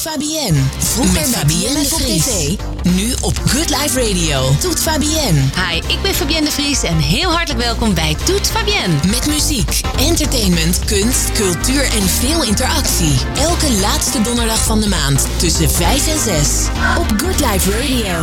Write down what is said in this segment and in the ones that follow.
Fabienne. Vroeger met Fabienne op tv, nu op Good Life Radio. Toet Fabienne. Hi, ik ben Fabienne de Vries en heel hartelijk welkom bij Toet Fabienne. Met muziek, entertainment, kunst, cultuur en veel interactie. Elke laatste donderdag van de maand tussen 5 en 6 op Good Life Radio.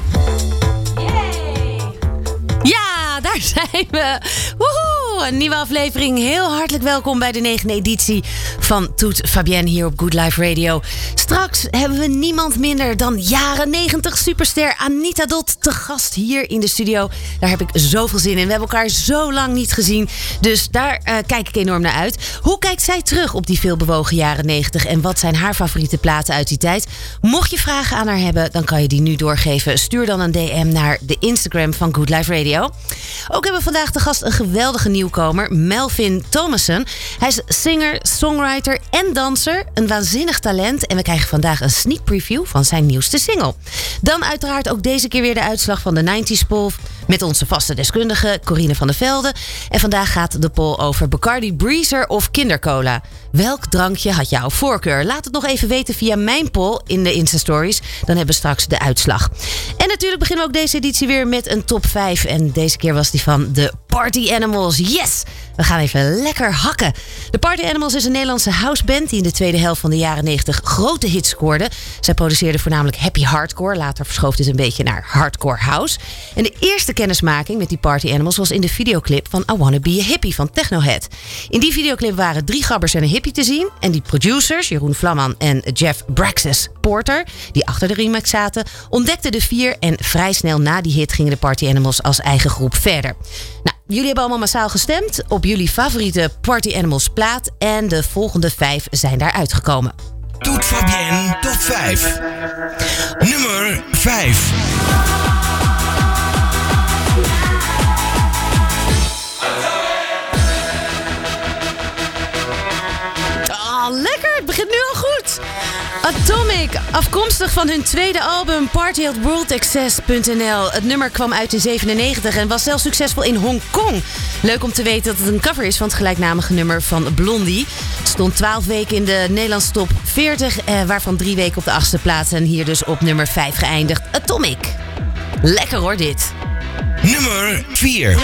Ja, daar zijn we. Woehoe! Een nieuwe aflevering. Heel hartelijk welkom bij de 9e editie van Toet Fabienne hier op Good Life Radio. Straks hebben we niemand minder dan jaren 90 superster Anita Dot te gast hier in de studio. Daar heb ik zoveel zin in. We hebben elkaar zo lang niet gezien. Dus daar kijk ik enorm naar uit. Hoe kijkt zij terug op die veelbewogen jaren 90 en wat zijn haar favoriete platen uit die tijd? Mocht je vragen aan haar hebben, dan kan je die nu doorgeven. Stuur dan een DM naar de Instagram van Good Life Radio. Ook hebben we vandaag de gast een geweldige nieuwkomer, Melvin Thomassen. Hij is singer, songwriter en danser. Een waanzinnig talent. En we krijgen vandaag een sneak preview van zijn nieuwste single. Dan uiteraard ook deze keer weer de uitslag van de 90s poll met onze vaste deskundige Corine van der Velde. En vandaag gaat de poll over Bacardi Breezer of kindercola. Welk drankje had jouw voorkeur? Laat het nog even weten via mijn poll in de Insta-stories. Dan hebben we straks de uitslag. En natuurlijk beginnen we ook deze editie weer met een top 5. En deze keer was die van de Party Animals. Yes! We gaan even lekker hakken. De Party Animals is een Nederlandse houseband die in de tweede helft van de jaren 90 grote hits scoorde. Zij produceerden voornamelijk happy hardcore. Later verschoof dit een beetje naar hardcore house. En de eerste kennismaking met die Party Animals was in de videoclip van I Wanna Be a Hippie van Technohead. In die videoclip waren 3 gabbers en een hippie te zien. En die producers, Jeroen Vlamman en Jeff Braxis Porter, die achter de remix zaten, ontdekten de 4 en vrij snel na die hit gingen de Party Animals als eigen groep verder. Nou, jullie hebben allemaal massaal gestemd op jullie favoriete Party Animals plaat en de volgende 5 zijn daar uitgekomen. Toet Fabienne top 5. Nummer 5. Lekker, het begint nu al goed. Atomic, afkomstig van hun tweede album Party@worldexcess.nl. Het nummer kwam uit in 1997 en was zelfs succesvol in Hongkong. Leuk om te weten dat het een cover is van het gelijknamige nummer van Blondie. Het stond 12 weken in de Nederlandse top 40, waarvan 3 weken op de 8e plaats. En hier dus op nummer 5 geëindigd. Atomic. Lekker hoor dit. Nummer 4.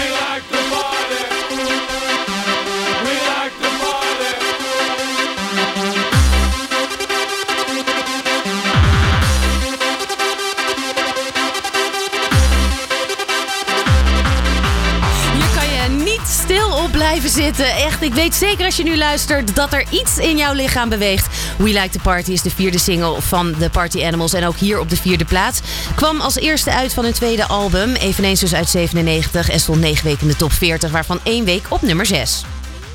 Blijven zitten. Echt, ik weet zeker als je nu luistert dat er iets in jouw lichaam beweegt. We Like the Party is de 4e single van de Party Animals en ook hier op de 4e plaats. Kwam als eerste uit van hun tweede album, eveneens dus uit 97 en stond 9 weken in de top 40, waarvan 1 week op nummer 6.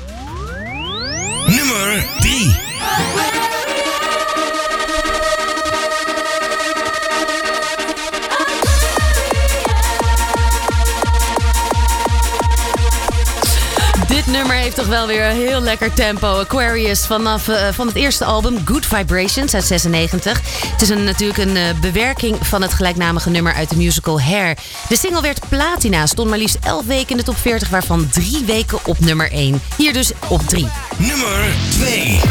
Nummer 3. Dit nummer heeft toch wel weer een heel lekker tempo. Aquarius van het eerste album Good Vibrations uit 96. Het is natuurlijk een bewerking van het gelijknamige nummer uit de musical Hair. De single werd platina, stond maar liefst 11 weken in de top 40, waarvan 3 weken op nummer 1. Hier dus op 3. Nummer 2.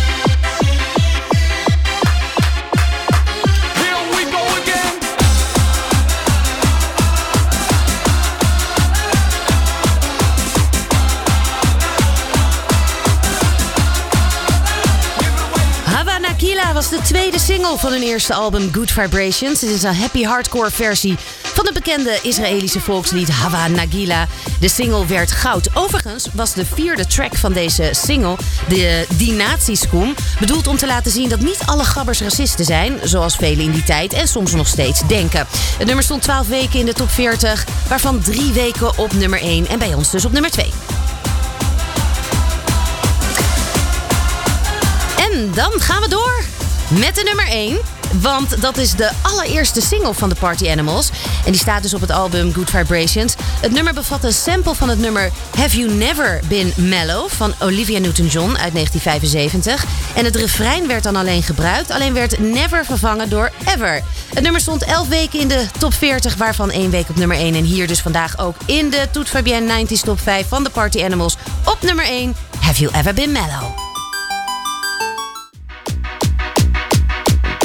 Was de tweede single van hun eerste album Good Vibrations. Het is een happy hardcore versie van het bekende Israëlische volkslied Hava Nagila. De single werd goud. Overigens was de 4e track van deze single, Die Nazi-Skoen, bedoeld om te laten zien dat niet alle gabbers racisten zijn, zoals velen in die tijd en soms nog steeds denken. Het nummer stond 12 weken in de top 40, waarvan 3 weken op nummer 1 en bij ons dus op nummer 2. En dan gaan we door met de nummer 1. Want dat is de allereerste single van de Party Animals. En die staat dus op het album Good Vibrations. Het nummer bevat een sample van het nummer Have You Never Been Mellow van Olivia Newton-John uit 1975. En het refrein werd dan alleen gebruikt. Alleen werd never vervangen door ever. Het nummer stond 11 weken in de top 40, waarvan 1 week op nummer 1. En hier dus vandaag ook in de Toet Fabienne 90s top 5 van de Party Animals. Op nummer 1, Have You Ever Been Mellow?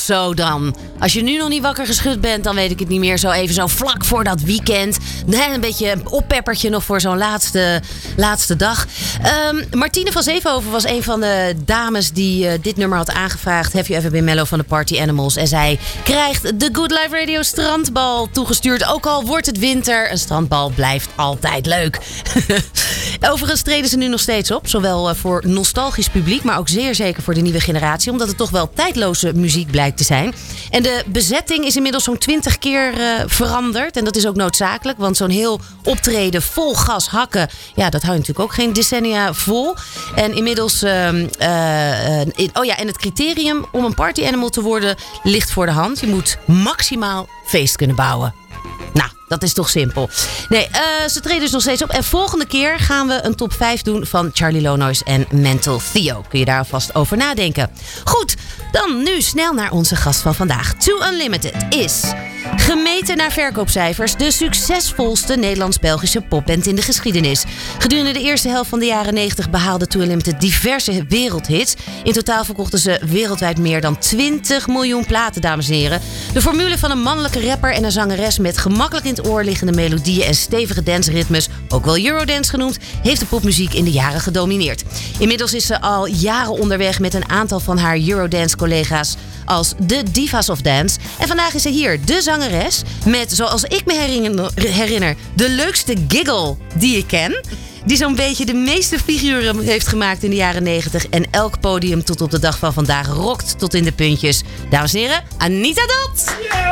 zo dan. Als je nu nog niet wakker geschud bent, dan weet ik het niet meer. Zo even zo vlak voor dat weekend. Een beetje een oppeppertje nog voor zo'n laatste dag. Martine van Zevenhoven was een van de dames die dit nummer had aangevraagd. Have you ever been mellow van de Party Animals? En zij krijgt de Good Life Radio strandbal toegestuurd. Ook al wordt het winter, een strandbal blijft altijd leuk. Overigens treden ze nu nog steeds op. Zowel voor nostalgisch publiek, maar ook zeer zeker voor de nieuwe generatie. Omdat het toch wel tijdloze muziek blijkt te zijn. En de bezetting is inmiddels zo'n 20 keer veranderd. En dat is ook noodzakelijk. Want zo'n heel optreden vol gas hakken, ja, dat houdt natuurlijk ook geen decennia vol. En inmiddels... en het criterium om een party animal te worden ligt voor de hand. Je moet maximaal feest kunnen bouwen. Nou, dat is toch simpel. Nee, ze treden dus nog steeds op. En volgende keer gaan we een top 5 doen van Charlie Lonois en Mental Theo. Kun je daar alvast over nadenken. Goed, dan nu snel naar onze gast van vandaag. Too Unlimited is, gemeten naar verkoopcijfers, de succesvolste Nederlands-Belgische popband in de geschiedenis. Gedurende de eerste helft van de jaren 90 behaalde Too Unlimited diverse wereldhits. In totaal verkochten ze wereldwijd meer dan 20 miljoen platen, dames en heren. De formule van een mannelijke rapper en een zangeres met gemakkelijk in het oor liggende melodieën en stevige danceritmes, ook wel Eurodance genoemd, heeft de popmuziek in de jaren gedomineerd. Inmiddels is ze al jaren onderweg met een aantal van haar Eurodance-collega's als de Divas of Dance. En vandaag is ze hier, de zangeres, met, zoals ik me herinner, de leukste giggle die ik ken. Die zo'n beetje de meeste figuren heeft gemaakt in de jaren 90. En elk podium tot op de dag van vandaag rokt tot in de puntjes. Dames en heren, Anita Dot! Yeah.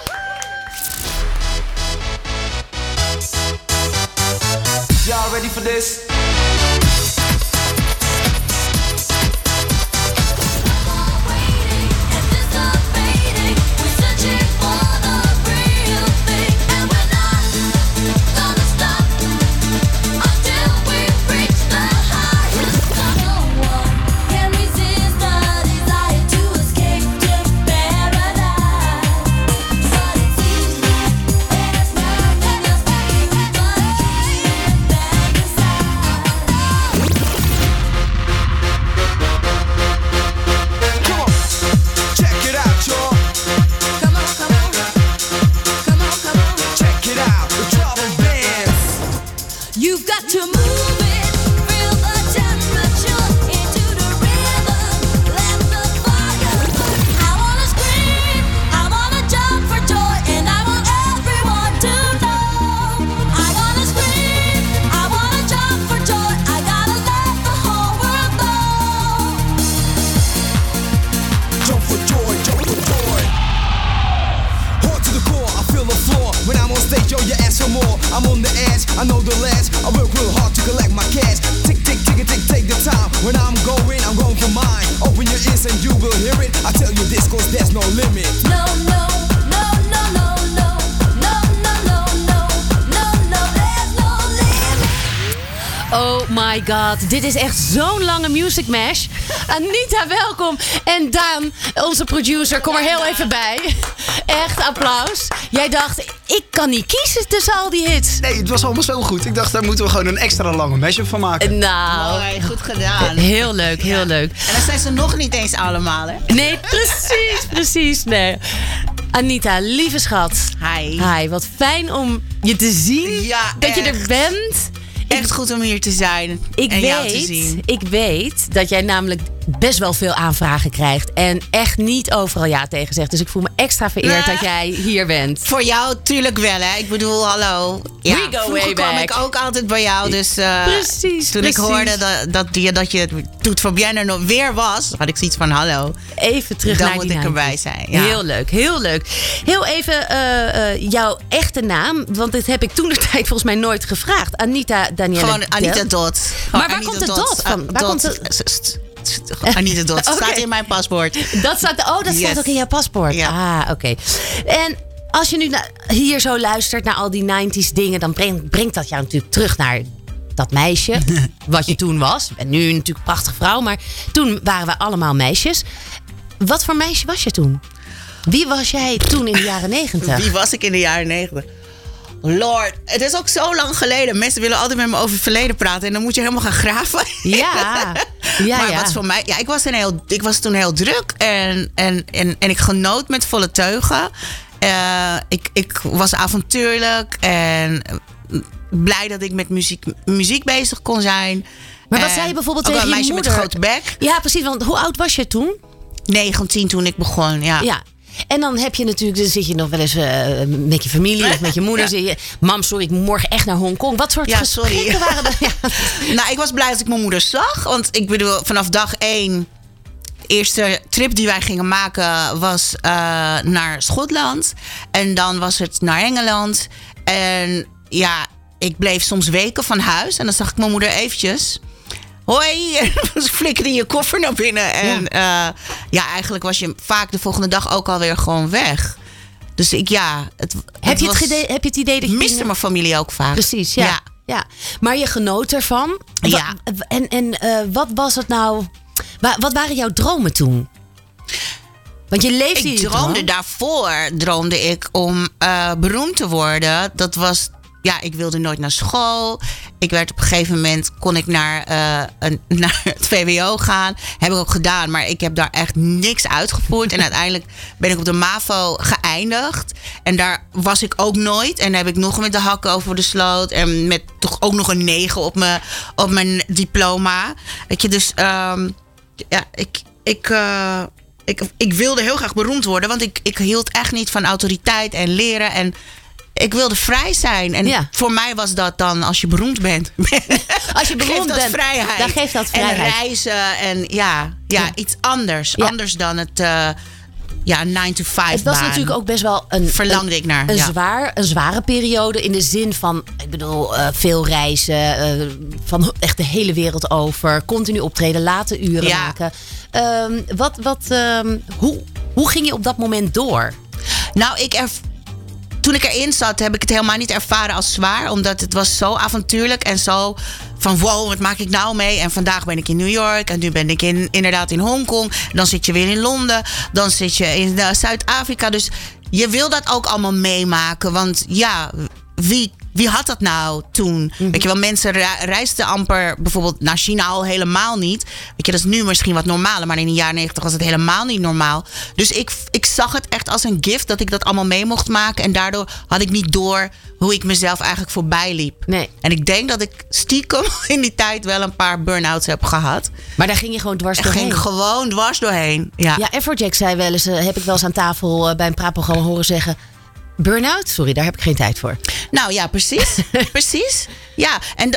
Y'all ready for this? I'm on the edge, I know the ledge. I work real hard to collect my cash. Tick, tick, tick, tick, take the time. When I'm going for mine. Open your ears and you will hear it. I tell you this cause there's no limit. No, no, no, no, no, no. No, no, no, no, no, no, there's no limit. Oh my god, dit is echt zo'n lange music mash. Anita, welkom. En Daan, onze producer, kom er heel even bij. Echt applaus. Jij dacht, ik kan niet kiezen tussen al die hits. Nee, het was allemaal zo goed. Ik dacht, daar moeten we gewoon een extra lange mashup van maken. Nou, mooi, goed gedaan. Heel leuk, heel leuk. En dan zijn ze nog niet eens allemaal, hè? Nee, precies. Nee. Anita, lieve schat. Hi, wat fijn om je te zien. Ja, dat je er bent. Echt goed om hier te zijn en jou te zien. Ik weet dat jij namelijk best wel veel aanvragen krijgt. En echt niet overal ja tegen zegt. Dus ik voel me extra vereerd dat jij hier bent. Voor jou tuurlijk wel, hè. Ik bedoel, hallo. Ja, we go vroeger way kwam back. ik ook altijd bij jou. Dus precies. Toen ik hoorde dat je Toet Fabienne nog weer was, had ik zoiets van, hallo. Even terug dan naar moet die ik naam. erbij zijn. Ja. Heel leuk, heel leuk. Heel even jouw echte naam. Want dit heb ik toen de tijd volgens mij nooit gevraagd. Anita Danielle. Gewoon Anita Dot. Maar waar komt de dot van? Waar komt Anita Dot. Okay. Staat in mijn paspoort. Dat staat ook in jouw paspoort. Ja. Ah, oké. En als je nu hier zo luistert naar al die 90s dingen, dan brengt dat jou natuurlijk terug naar dat meisje. Wat je toen was. En nu natuurlijk een prachtige vrouw. Maar toen waren we allemaal meisjes. Wat voor meisje was je toen? Wie was jij toen in de jaren 90? Wie was ik in de jaren 90? Lord, het is ook zo lang geleden. Mensen willen altijd met me over het verleden praten. En dan moet je helemaal gaan graven. Ja. Maar wat voor mij... Ja, ik was toen heel druk. En ik genoot met volle teugen. Ik was avontuurlijk. En blij dat ik met muziek bezig kon zijn. Maar wat zei je bijvoorbeeld ook tegen een je meisje moeder? met een grote bek. Ja, precies. Want hoe oud was je toen? 19 toen ik begon, ja. En dan heb je natuurlijk, dan zit je nog wel eens met je familie of met je moeder. Zeg je, mam, sorry, ik moet morgen echt naar Hongkong. Wat soort gesprekken waren dat? Ja. Nou, ik was blij dat ik mijn moeder zag. Want ik bedoel, vanaf dag 1... De eerste trip die wij gingen maken was naar Schotland. En dan was het naar Engeland. En ja, ik bleef soms weken van huis. En dan zag ik mijn moeder eventjes. Hoi, en dan flikkerde je koffer naar binnen. En eigenlijk was je vaak de volgende dag ook alweer gewoon weg. Dus heb je het idee dat je miste mijn familie ook vaak. Precies, ja. Maar je genoot ervan. Ja. En wat was het nou? Wat waren jouw dromen toen? Want je leefde Ik droomde daarvoor om beroemd te worden. Dat was... Ja, ik wilde nooit naar school. Ik werd op een gegeven moment... kon ik naar het VWO gaan. Heb ik ook gedaan. Maar ik heb daar echt niks uitgevoerd. En uiteindelijk ben ik op de MAVO geëindigd. En daar was ik ook nooit. En heb ik nog met de hakken over de sloot. En met toch ook nog een 9 op mijn diploma. Weet je, dus... Ik wilde heel graag beroemd worden. Want ik hield echt niet van autoriteit en leren. En ik wilde vrij zijn. En voor mij was dat dan, als je beroemd bent. Als je beroemd bent, vrijheid. dan geeft dat vrijheid. En reizen en iets anders. Ja. Anders dan het 9-to-5 Het was natuurlijk ook best wel verlangde ik naar. Een zware periode. In de zin van, ik bedoel, veel reizen. Van echt de hele wereld over. Continu optreden, late uren maken. Hoe ging je op dat moment door? Nou, toen ik erin zat, heb ik het helemaal niet ervaren als zwaar. Omdat het was zo avontuurlijk en zo van wow, wat maak ik nou mee? En vandaag ben ik in New York en nu ben ik inderdaad in Hongkong. Dan zit je weer in Londen. Dan zit je in Zuid-Afrika. Dus je wil dat ook allemaal meemaken. Want ja, wie had dat nou toen? Mm-hmm. Weet je wel, mensen reisden amper bijvoorbeeld naar China al helemaal niet. Weet je, dat is nu misschien wat normaler. Maar in de jaren 90 was het helemaal niet normaal. Dus ik zag het echt als een gift dat ik dat allemaal mee mocht maken. En daardoor had ik niet door hoe ik mezelf eigenlijk voorbij liep. Nee. En ik denk dat ik stiekem in die tijd wel een paar burn-outs heb gehad. Maar daar ging je gewoon dwars doorheen. Ging gewoon dwars doorheen. Ja, Afrojack zei wel eens, heb ik wel eens aan tafel bij een praatprogramma horen zeggen... Burn-out? Sorry, daar heb ik geen tijd voor. Nou ja, precies. Precies. Ja, en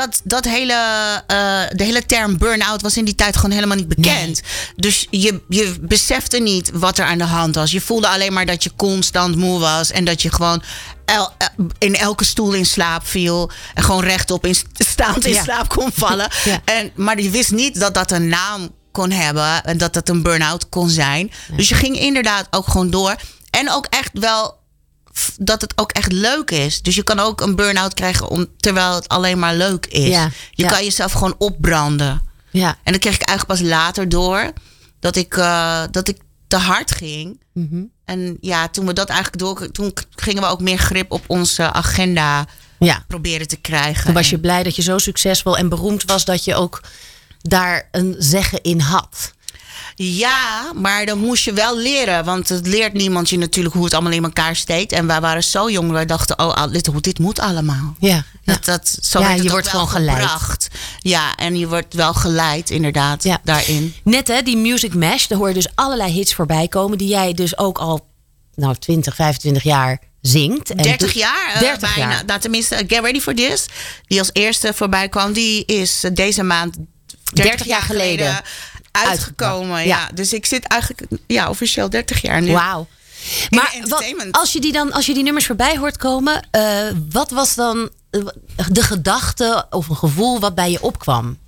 de hele term burn-out was in die tijd gewoon helemaal niet bekend. Nee. Dus je besefte niet wat er aan de hand was. Je voelde alleen maar dat je constant moe was. En dat je gewoon in elke stoel in slaap viel. En gewoon rechtop staand in slaap kon vallen. Ja. Maar je wist niet dat dat een naam kon hebben. En dat dat een burn-out kon zijn. Ja. Dus je ging inderdaad ook gewoon door. En ook echt wel... dat het ook echt leuk is. Dus je kan ook een burn-out krijgen terwijl het alleen maar leuk is. Ja, je kan jezelf gewoon opbranden. Ja. En dat kreeg ik eigenlijk pas later door. Dat ik te hard ging. Mm-hmm. En ja, toen we dat eigenlijk toen gingen we ook meer grip op onze agenda proberen te krijgen. Toen was je blij dat je zo succesvol en beroemd was dat je ook daar een zeggen in had. Ja, maar dan moest je wel leren. Want het leert niemand je natuurlijk hoe het allemaal in elkaar steekt. En wij waren zo jong, wij dachten, dit moet allemaal. Ja, zo werd het je wordt gewoon gebracht. Ja, en je wordt wel geleid inderdaad daarin. Net hè, die Music Mash, daar hoor je dus allerlei hits voorbij komen. Die jij dus ook al 20, 25 jaar zingt. En 30 jaar? 30 bijna. jaar. Nou, tenminste, Get Ready For This, die als eerste voorbij kwam, die is deze maand 30 jaar geleden uitgekomen. Ja. Dus ik zit eigenlijk officieel 30 jaar nu. Wauw. Maar als je die nummers voorbij hoort komen, wat was dan de gedachte of een gevoel wat bij je opkwam?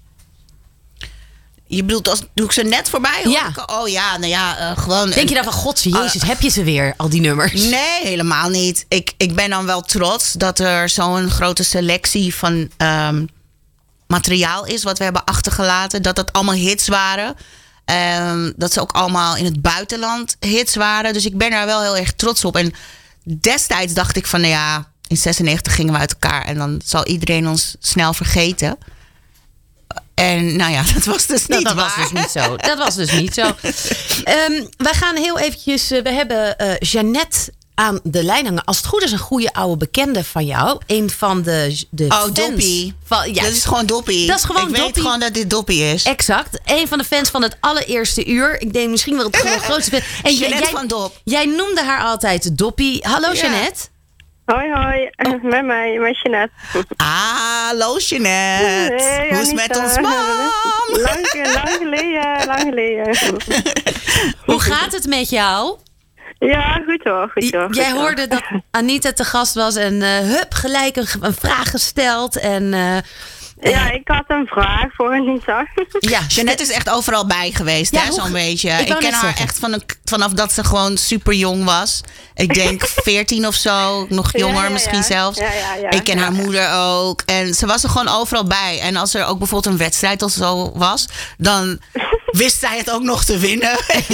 Je bedoelt, toen ik ze net voorbij hoorde? Ja. Gewoon... Denk je dan van, Jezus, heb je ze weer, al die nummers? Nee, helemaal niet. Ik ben dan wel trots dat er zo'n grote selectie van materiaal is wat we hebben achtergelaten. Dat allemaal hits waren. Dat ze ook allemaal in het buitenland hits waren. Dus ik ben daar wel heel erg trots op. En destijds dacht ik van, in 96 gingen we uit elkaar. En dan zal iedereen ons snel vergeten. En nou ja, dat was dus niet Dat waar. was dus niet zo. Dat was dus niet zo. Wij gaan heel eventjes... we hebben Jeannette aan de lijn hangen. Als het goed is, een goede oude bekende van jou. Een van de fans. Doppie. Van, ja, Dat is gewoon Doppie. Dat is gewoon Ik weet Doppie. gewoon dat dit Doppie is. Exact. Een van de fans van het allereerste uur. Ik denk misschien wel het grootste fan. En Jeannette van Dop. Jij noemde haar altijd Doppie. Hallo Jeannette. Hoi, met mij, met Jeannette. Hallo Jeannette. Hey, Hoe is het met Anita? ons mam? Lang geleden. Hoe gaat het met jou? Ja, goed hoor. Jij hoorde dat Anita te gast was en gelijk een vraag gesteld. En, ja, ik had een vraag voor Anita. ja, Jeannette is echt overal bij geweest, Ja, hè, zo'n beetje. ik Ik wou ken net haar zeggen. echt vanaf dat ze gewoon super jong was. Ik denk 14 of zo, nog jonger Ja. misschien zelfs. Ja. Ik ken haar moeder ook. En ze was er gewoon overal bij. En als er ook bijvoorbeeld een wedstrijd of zo was, dan wist zij het ook nog te winnen.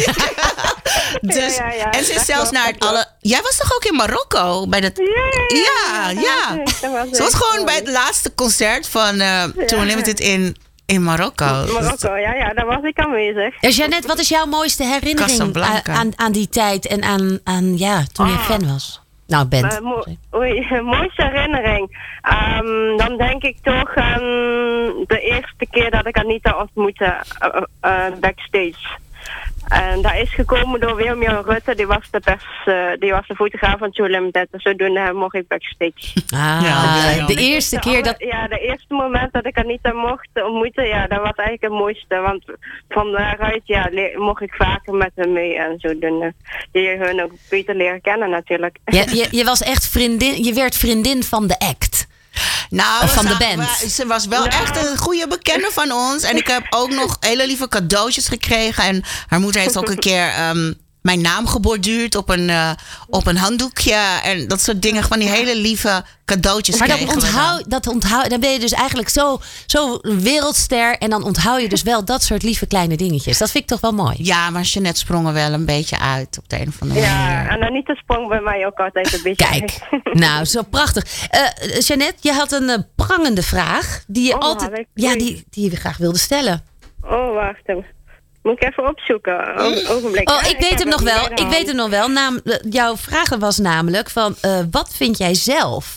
Dus, Ja. En ze is Dat zelfs klopt, naar dat klopt. alle... Jij was toch ook in Marokko? Bij dat... Ja. Ze was gewoon bij het laatste concert van Too Unlimited in Marokko. Marokko, ja, daar was ik aanwezig. Ja, Jeannette, wat is jouw mooiste herinnering Casablanca. aan die tijd en aan toen je fan was? Nou, bent. Mooiste herinnering. Dan denk ik toch aan de eerste keer dat ik Anita ontmoette backstage. En dat is gekomen door Wilmian Rutte, die was de fotograaf van Too Limited. Dus zodoende mocht ik backstage. De eerste keer dat... Ja, de eerste moment dat ik Anita mocht ontmoeten, ja, dat was eigenlijk het mooiste. Want van daaruit, ja, mocht ik vaker met hem mee en zodoende. Je hun ook beter leren kennen natuurlijk. Je was echt vriendin, je werd vriendin van de act. Nou, Van de band. Ze was wel echt een goede bekende van ons. En ik heb ook nog hele lieve cadeautjes gekregen. En haar moeder heeft ook een keer mijn naam geborduurd op een handdoekje. En dat soort dingen. Van die hele lieve cadeautjes Maar kregen dat onthoud, dan ben je dus eigenlijk zo wereldster. En dan onthoud je dus wel dat soort lieve kleine dingetjes. Dat vind ik toch wel mooi. Ja, maar Jeannette sprong er wel een beetje uit op de een of andere manier. Ja, en Anita sprong bij mij ook altijd een beetje. Kijk, nou, zo prachtig. Jeannette, je had een prangende vraag die je altijd, die je graag wilde stellen. Oh, wacht even. Moet ik even opzoeken? Ogenblik. Oh, ik weet hem nog wel. Ik weet hem nog wel. Jouw vraag was namelijk van, wat vind jij zelf?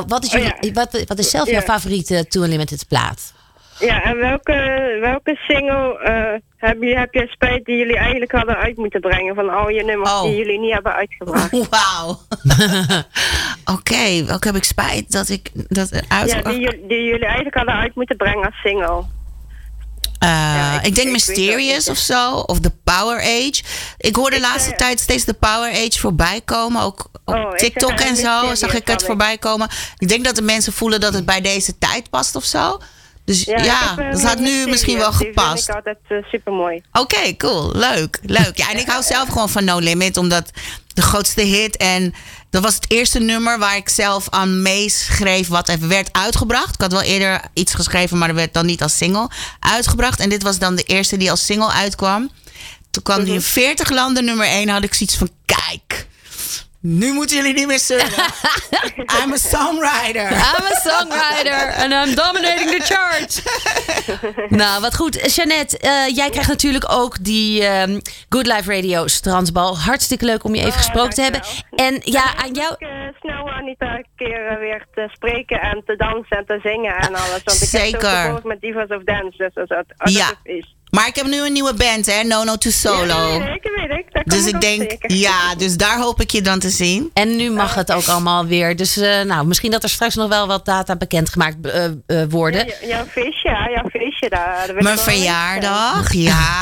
Wat is zelf jouw favoriete Too Unlimited plaat? Ja, en welke single heb je spijt die jullie eigenlijk hadden uit moeten brengen van al je nummers die jullie niet hebben uitgebracht? Wauw. Oké, welke heb ik spijt dat ik dat uitgebracht? Ja, die jullie eigenlijk hadden uit moeten brengen als single. Ik denk Mysterious of zo. Of The Power Age. Ik hoor de laatste tijd steeds The Power Age voorbij komen. Ook op TikTok en zo zag ik het voorbij komen. Ik denk dat de mensen voelen dat het bij deze tijd past of zo. Dus ja, dat had nu misschien wel gepast. Die vind ik altijd super mooi. Oké, cool. Leuk. Ja, en ik hou zelf gewoon van No Limit. Omdat de grootste hit. En dat was het eerste nummer waar ik zelf aan meeschreef wat even werd uitgebracht. Ik had wel eerder iets geschreven, maar dat werd dan niet als single uitgebracht. En dit was dan de eerste die als single uitkwam. Toen kwam die in 40 landen nummer 1. Had ik zoiets van, kijk, nu moeten jullie niet meer zeuren. I'm a songwriter. I'm a songwriter and I'm dominating the charts. Nou, wat goed. Jeannette, jij krijgt natuurlijk ook die Good Life Radio Strandsbal. Hartstikke leuk om je even gesproken te hebben. En ja, aan jou... snel Anita een keer weer te spreken en te dansen en te zingen en alles. Want ik Zeker. heb zo gevolgd met Divas of Dance. Dus als Ja. het is. Maar ik heb nu een nieuwe band, hè? No to Solo. Ja, zeker weet ik. Daar kom Dus ik op denk, zeker. ja, dus daar hoop ik je dan te zien. En nu mag het ook allemaal weer. Dus nou, misschien dat er straks nog wel wat data bekendgemaakt worden. Jouw feestje daar. Daar wil Mijn ik wel verjaardag,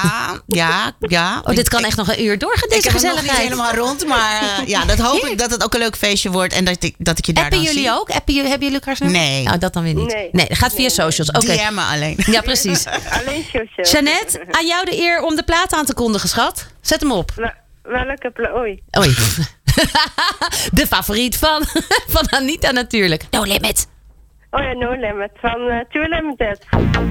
ja. Oh, dit kan echt nog een uur doorgaan, deze Ik heb het nog niet gezelligheid. helemaal rond, maar ja, dat hoop ik dat het ook een leuk feestje wordt. En dat ik je daar Appen dan jullie zie. ook? Hebben jullie elkaars nummer? Nee. Nou, dat dan weer niet. Nee. Nee, dat gaat via socials. Oké. DM'en alleen. Ja, precies. Alleen socials. Jeannette, aan jou de eer om de plaat aan te kondigen, schat. Zet hem op. Welke Oei. Oei. De favoriet van Anita natuurlijk. No Limit. Oh ja, No Limit van Too Limited.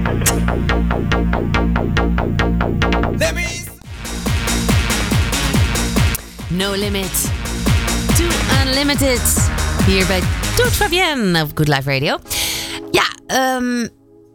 No Limit. Too Unlimited. Hier bij Toet Fabienne op Good Life Radio. Ja,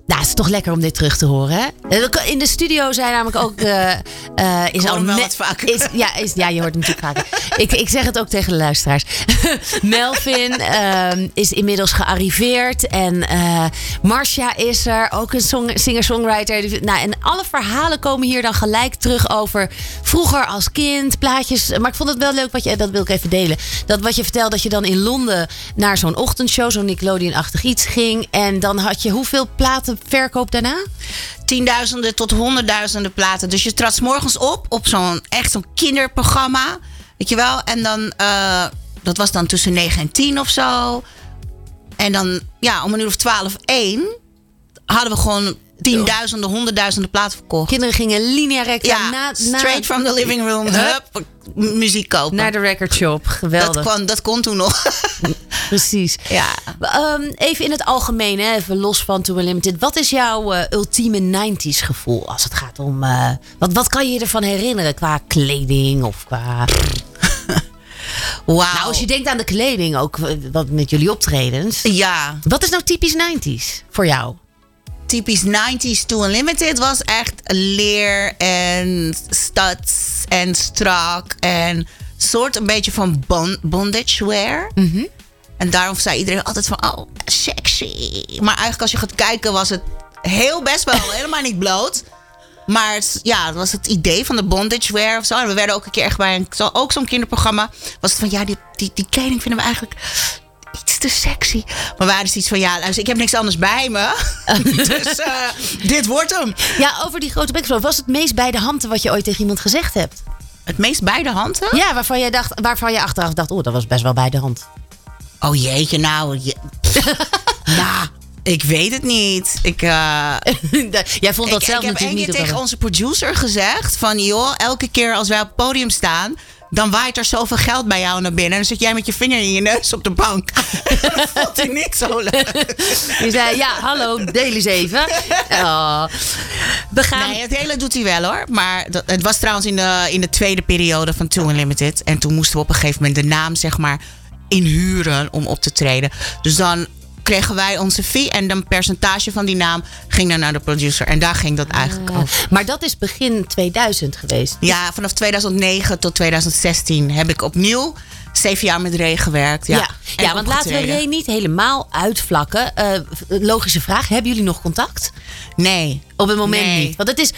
Nou, het is toch lekker om dit terug te horen, hè? In de studio zijn namelijk ook... is al wel wat vaker. Ja, je hoort hem natuurlijk vaker. Ik zeg het ook tegen de luisteraars. Melvin is inmiddels gearriveerd. En Marcia is er, ook een singer-songwriter. Nou, en alle verhalen komen hier dan gelijk terug over vroeger als kind, plaatjes. Maar ik vond het wel leuk, dat wil ik even delen. Dat wat je vertelde, dat je dan in Londen naar zo'n ochtendshow, zo'n Nickelodeon-achtig iets ging. En dan had je hoeveel platen verkoop daarna? 10.000 tot 100.000 platen. Dus je trad 's morgens op zo'n kinderprogramma. Weet je wel? En dan, dat was dan tussen 9 en 10 of zo. En dan, om een uur of 12, 1 hadden we gewoon 10.000, 100.000 platen verkocht. Kinderen gingen linea recta straight from the living room. Hup, muziek kopen. Naar de recordshop. Geweldig. Dat kon toen nog. Precies. Ja. Even in het algemeen, hè, even los van Too Unlimited. Wat is jouw ultieme 90s gevoel als het gaat om... Wat kan je je ervan herinneren qua kleding of qua... Wow. Nou, als je denkt aan de kleding ook, wat met jullie optredens. Ja. Wat is nou typisch 90s voor jou? Typisch 90s Too Unlimited was echt leer en studs en strak en soort een beetje van bondage wear. Mm-hmm. En daarom zei iedereen altijd van, oh, sexy. Maar eigenlijk als je gaat kijken was het best wel helemaal niet bloot. Maar het was het idee van de bondage wear of zo. En we werden ook een keer echt bij zo'n kinderprogramma. Was het van, die kleding vinden we eigenlijk iets te sexy. Maar we hadden zoiets van, luister, ik heb niks anders bij me. Dus dit wordt hem. Ja, over die grote bek. Was het meest bij de handen wat je ooit tegen iemand gezegd hebt? Het meest bij de handen? Ja, waarvan je achteraf dacht, dat was best wel bij de hand. Oh jeetje, nou... ik weet het niet. Jij vond dat zelf natuurlijk niet. Ik heb één keer tegen onze producer gezegd van, joh, elke keer als wij op het podium staan, dan waait er zoveel geld bij jou naar binnen. En dan zit jij met je vinger in je neus op de bank. Dat vond hij niet zo leuk. Je zei, hallo, deel eens even. Oh. Nee, het hele doet hij wel hoor. Maar het was trouwens in de tweede periode van Too Unlimited. En toen moesten we op een gegeven moment de naam, zeg maar, inhuren om op te treden. Dus dan kregen wij onze fee en een percentage van die naam ging dan naar de producer. En daar ging dat eigenlijk over. Maar dat is begin 2000 geweest? Ja, vanaf 2009 tot 2016 heb ik opnieuw 7 jaar met Ray gewerkt. Ja, want laten we Ray niet helemaal uitvlakken. Logische vraag, hebben jullie nog contact? Nee. Op het moment niet. Want het is,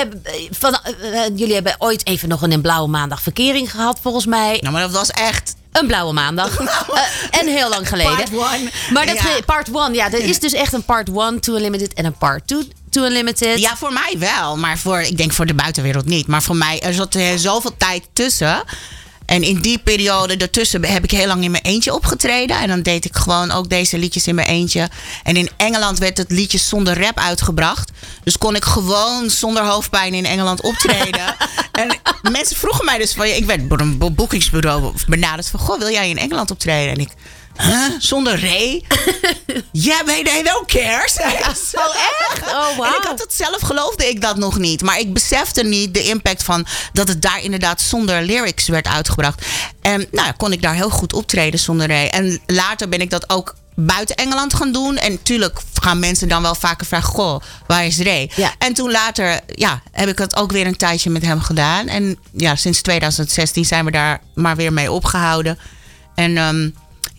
jullie hebben ooit even nog een blauwe maandag verkering gehad, volgens mij. Nou, maar dat was echt een blauwe maandag. En heel lang geleden. Part 1. Maar part 1, er is dus echt een part 1 Too Unlimited en een part 2 Too Unlimited. Ja, voor mij wel. Maar ik denk voor de buitenwereld niet. Maar voor mij, er zat zoveel tijd tussen. En in die periode ertussen heb ik heel lang in mijn eentje opgetreden. En dan deed ik gewoon ook deze liedjes in mijn eentje. En in Engeland werd het liedje zonder rap uitgebracht. Dus kon ik gewoon zonder hoofdpijn in Engeland optreden. En mensen vroegen mij dus van, ik werd door een boekingsbureau benaderd van, goh, wil jij in Engeland optreden? En ik, zonder Ray? Yeah, they don't care. Oh, echt? Oh, wow. En ik had het zelf, geloofde ik dat nog niet. Maar ik besefte niet de impact van dat het daar inderdaad zonder lyrics werd uitgebracht. En kon ik daar heel goed optreden zonder Ray. En later ben ik dat ook buiten Engeland gaan doen. En natuurlijk gaan mensen dan wel vaker vragen, goh, waar is Ray? Ja. En toen later, heb ik het ook weer een tijdje met hem gedaan. En sinds 2016 zijn we daar maar weer mee opgehouden. En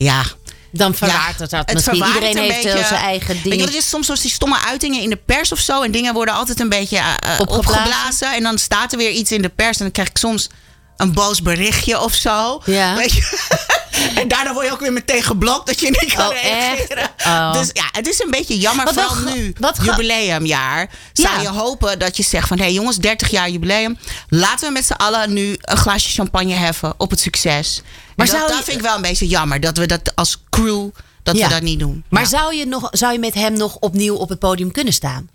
dan verwaart het dat misschien. Iedereen heeft zijn eigen dingen. Weet je, dat is soms zoals die stomme uitingen in de pers of zo. En dingen worden altijd een beetje opgeblazen. En dan staat er weer iets in de pers. En dan krijg ik soms een boos berichtje of zo. Ja. Weet je? En daarna word je ook weer meteen geblokt dat je niet kan reageren. Dus het is een beetje jammer. Vooral nu, jubileumjaar. Zou je hopen dat je zegt van, hey jongens, 30 jaar jubileum. Laten we met z'n allen nu een glaasje champagne heffen op het succes. Maar dat vind ik wel een beetje jammer. Dat we dat als crew, we dat niet doen. Maar zou je met hem nog opnieuw op het podium kunnen staan?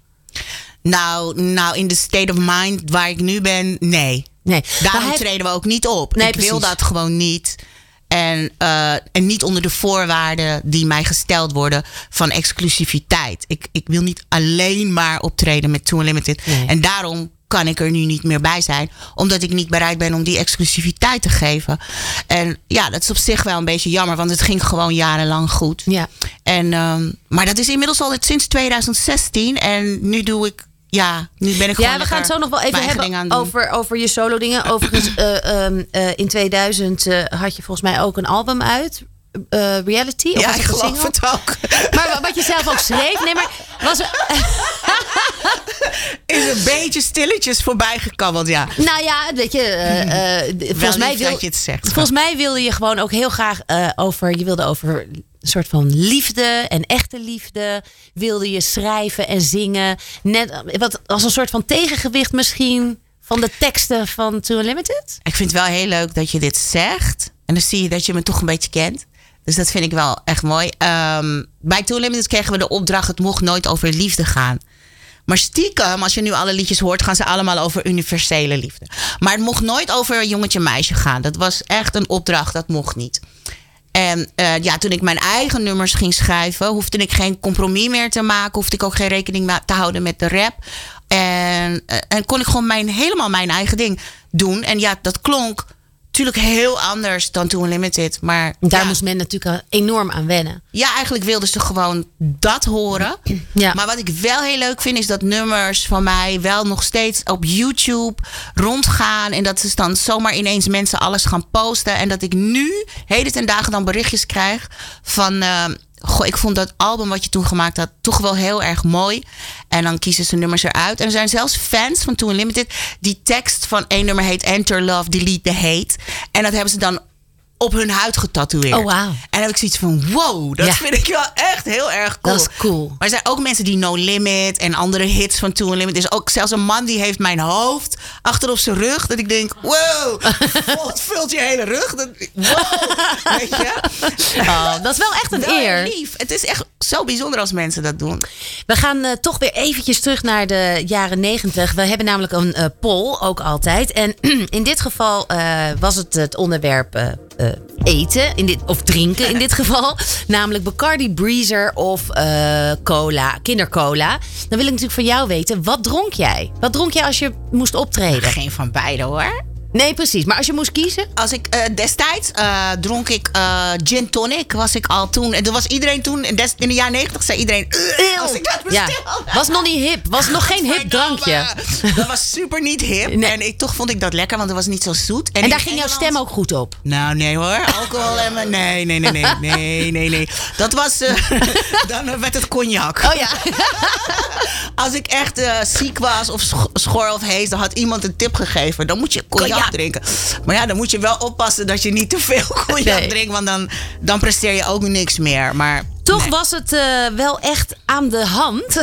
Nou, in de state of mind waar ik nu ben, nee. Daarom treden we ook niet op. Ik wil dat gewoon niet. En niet onder de voorwaarden die mij gesteld worden van exclusiviteit. Ik wil niet alleen maar optreden met Too Unlimited. Nee. En daarom kan ik er nu niet meer bij zijn. Omdat ik niet bereid ben om die exclusiviteit te geven. En ja, dat is op zich wel een beetje jammer. Want het ging gewoon jarenlang goed. Ja. En, maar dat is inmiddels al sinds 2016. En nu doe ik... Ja, nu ben ik gewoon. Ja, we gaan het zo nog wel even hebben over je solo dingen. Overigens, in 2000 had je volgens mij ook een album uit. Reality. Of ja, was ik het een geloof single? het ook. Maar wat je zelf ook schreef. Nee, maar was is een beetje stilletjes voorbij gekabbeld, ja. Nou ja, weet je, volgens mij wilde je gewoon ook heel graag over een soort van liefde en echte liefde wilde je schrijven en zingen. Net wat als een soort van tegengewicht misschien van de teksten van Too Unlimited. Ik vind het wel heel leuk dat je dit zegt. En dan zie je dat je me toch een beetje kent. Dus dat vind ik wel echt mooi. Bij Too Unlimited kregen we de opdracht: het mocht nooit over liefde gaan. Maar stiekem, als je nu alle liedjes hoort, gaan ze allemaal over universele liefde. Maar het mocht nooit over jongetje-meisje gaan. Dat was echt een opdracht, dat mocht niet. En toen ik mijn eigen nummers ging schrijven, hoefde ik geen compromis meer te maken. Hoefde ik ook geen rekening te houden met de rap. En kon ik gewoon helemaal mijn eigen ding doen. En ja, dat klonk natuurlijk heel anders dan Too Unlimited. Maar daar moest men natuurlijk enorm aan wennen. Ja, eigenlijk wilden ze gewoon dat horen. Ja. Maar wat ik wel heel leuk vind, is dat nummers van mij wel nog steeds op YouTube rondgaan. En dat ze dan zomaar ineens mensen alles gaan posten. En dat ik nu, heden ten dagen, dan berichtjes krijg van... ik vond dat album wat je toen gemaakt had toch wel heel erg mooi. En dan kiezen ze nummers eruit. En er zijn zelfs fans van Too Unlimited. Die tekst van één nummer heet Enter Love, Delete the Hate. En dat hebben ze dan op hun huid getatoeëerd. Oh, wow. En dan heb ik zoiets van, wow, dat vind ik wel echt heel erg cool. Dat is cool. Maar er zijn ook mensen die No Limit en andere hits van Too Unlimited. Er is ook zelfs een man die heeft mijn hoofd achter op zijn rug. Dat ik denk, wow, het vult je hele rug. Wow, weet je? Oh, dat is wel echt een eer. Lief. Het is echt zo bijzonder als mensen dat doen. We gaan toch weer eventjes terug naar de jaren 90. We hebben namelijk een poll, ook altijd. En in dit geval was het onderwerp... eten, of drinken in dit geval. Namelijk Bacardi Breezer of cola, kindercola. Dan wil ik natuurlijk van jou weten, wat dronk jij? Wat dronk jij als je moest optreden? Geen van beide hoor. Nee, precies. Maar als je moest kiezen? Als ik destijds dronk ik gin tonic. Was ik al toen. En er was iedereen toen. In de jaren 90 zei iedereen. Als ik dat bestelde. Ja. Was nog niet hip. Was nog geen hip drankje. Dat was super niet hip. Nee. En toch vond ik dat lekker, want het was niet zo zoet. En daar ging jouw stem ook goed op? Nou, nee hoor. Alcohol en nee. Dat was. Dan werd het cognac. Oh ja. Als ik echt ziek was of schor of hees, dan had iemand een tip gegeven. Dan moet je cognac drinken. Maar ja, dan moet je wel oppassen dat je niet te veel cognac drinkt. Want dan presteer je ook niks meer. Maar toch was het wel echt aan de hand.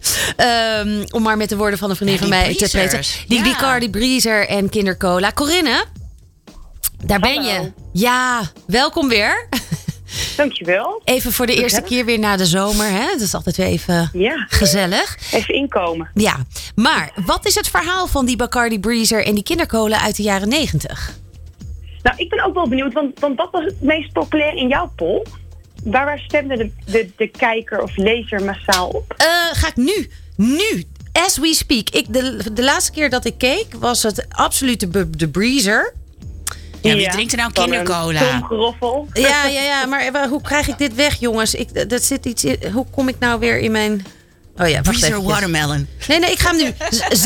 Om maar met de woorden van een vriendin van mij te spreken. Die Bacardi Breezer en kindercola. Corinne, daar ben je. Ja, welkom weer. Dankjewel. Even voor de eerste keer weer na de zomer. Hè? Dat is altijd weer even gezellig. Even inkomen. Ja, maar wat is het verhaal van die Bacardi Breezer en die kindercola uit de jaren 90? Nou, ik ben ook wel benieuwd, want wat was het meest populair in jouw poll? Waar stemde de kijker of lezer massaal op? Ga ik nu, as we speak. De laatste keer dat ik keek was het absoluut de Breezer. Ja, wie drinkt er nou kindercola? Tomgeroffel. Ja, maar hoe krijg ik dit weg, jongens? Dat zit iets in, hoe kom ik nou weer in mijn... Oh ja, wacht even. Watermelon. Nee, ik ga hem nu.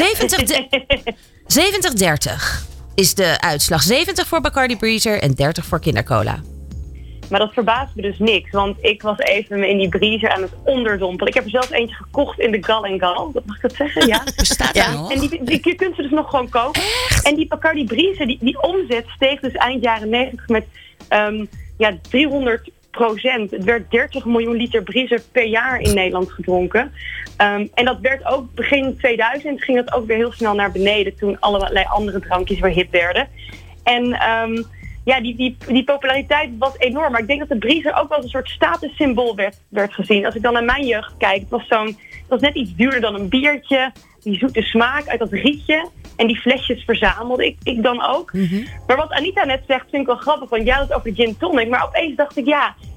70-30 is de uitslag. 70 voor Bacardi Breezer en 30 voor kindercola. Maar dat verbaast me dus niks, want ik was even in die Breezer aan het onderdompelen. Ik heb er zelfs eentje gekocht in de Gal & Gal. Mag ik dat zeggen? Ja. Bestaat er nog? En je kunt ze dus nog gewoon kopen. Echt? En die Bacardi Breezer, die omzet steeg dus eind jaren 90 met 300%. Het werd 30 miljoen liter Breezer per jaar in Nederland gedronken. En dat werd ook begin 2000 ging dat ook weer heel snel naar beneden toen allerlei andere drankjes weer hip werden. En die populariteit was enorm. Maar ik denk dat de Breezer ook wel als een soort statussymbool werd gezien. Als ik dan naar mijn jeugd kijk, het was net iets duurder dan een biertje. Die zoete smaak uit dat rietje. En die flesjes verzamelde ik dan ook. Mm-hmm. Maar wat Anita net zegt, vind ik wel grappig. Want jij had het over de gin tonic. Maar opeens dacht ik,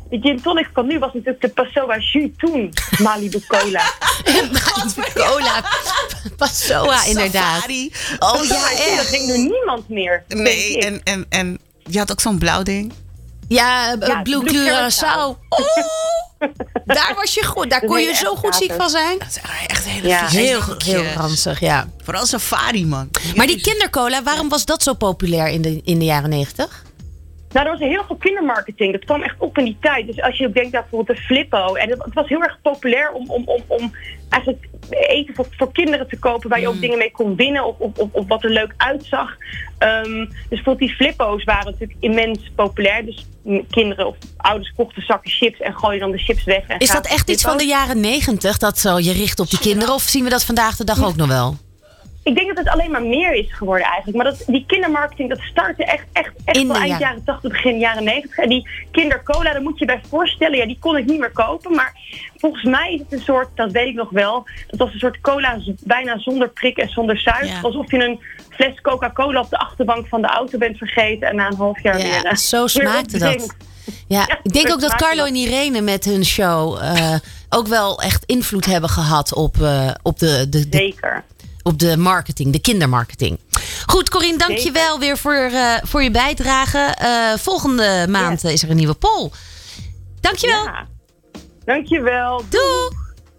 de gin tonic van nu was natuurlijk de Passoa Jus toen. Malibu Cola. Cola. Passoa, inderdaad. Safari. Oh ja, echt. Dat denkt nu niemand meer. Nee, en je had ook zo'n blauw ding. Ja, Blue Curaçao. Oh, daar was je goed. Daar kon je echt zo goed ziek van zijn. Dat is echt hele Heel ranzig, ja. Vooral Safari, man. Maar die kindercola, waarom was dat zo populair in de jaren 90? Nou, er was heel veel kindermarketing. Dat kwam echt op in die tijd. Dus als je ook denkt aan bijvoorbeeld de Flippo. En het was heel erg populair om eigenlijk eten voor kinderen te kopen. Waar je ook dingen mee kon winnen. Of wat er leuk uitzag. Dus bijvoorbeeld die Flippo's waren natuurlijk immens populair. Dus kinderen of ouders kochten zakken chips en gooien dan de chips weg. En Is dat echt iets van de jaren 90? Dat zo je richt op die kinderen? Of zien we dat vandaag de dag ook nog wel? Ik denk dat het alleen maar meer is geworden eigenlijk. Maar die kindermarketing, dat startte echt wel eind jaren 80, begin jaren 90. En die kindercola, daar moet je bij voorstellen. Ja, die kon ik niet meer kopen. Maar volgens mij is het een soort, dat weet ik nog wel. Dat was een soort cola bijna zonder prik en zonder suiker. Ja. Alsof je een fles Coca-Cola op de achterbank van de auto bent vergeten. En na een half jaar weer zo smaakte dat. Ja, ik denk ook dat Carlo en Irene met hun show ook wel echt invloed hebben gehad op Zeker. Op de marketing, de kindermarketing. Goed, Corine, dank je wel weer voor je bijdrage. Volgende maand is er een nieuwe poll. Dank je wel. Ja. Dank je wel. Doei.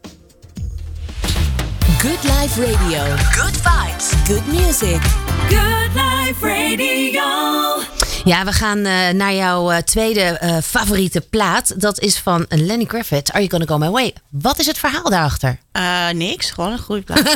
Good Life Radio. Good vibes. Good music. Good Life Radio. Ja, we gaan naar jouw tweede favoriete plaat. Dat is van Lenny Kravitz. Are You Gonna Go My Way? Wat is het verhaal daarachter? Niks, gewoon een goede plaat.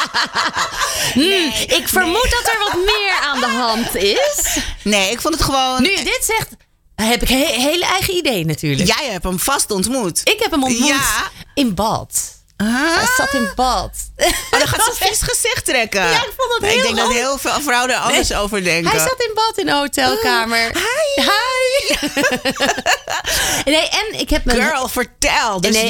Ik vermoed dat er wat meer aan de hand is. Nee, ik vond het gewoon... Nu je dit zegt, heb ik hele eigen idee natuurlijk. Jij hebt hem vast ontmoet. Ik heb hem ontmoet in bad. Hij zat in bad. Dan gaat ze een vies gezicht trekken. Ja, ik vond dat heel Ik denk dat heel veel vrouwen er anders over denken. Hij zat in bad in een hotelkamer. Hi. Nee, en ik heb Girl, vertel. Dus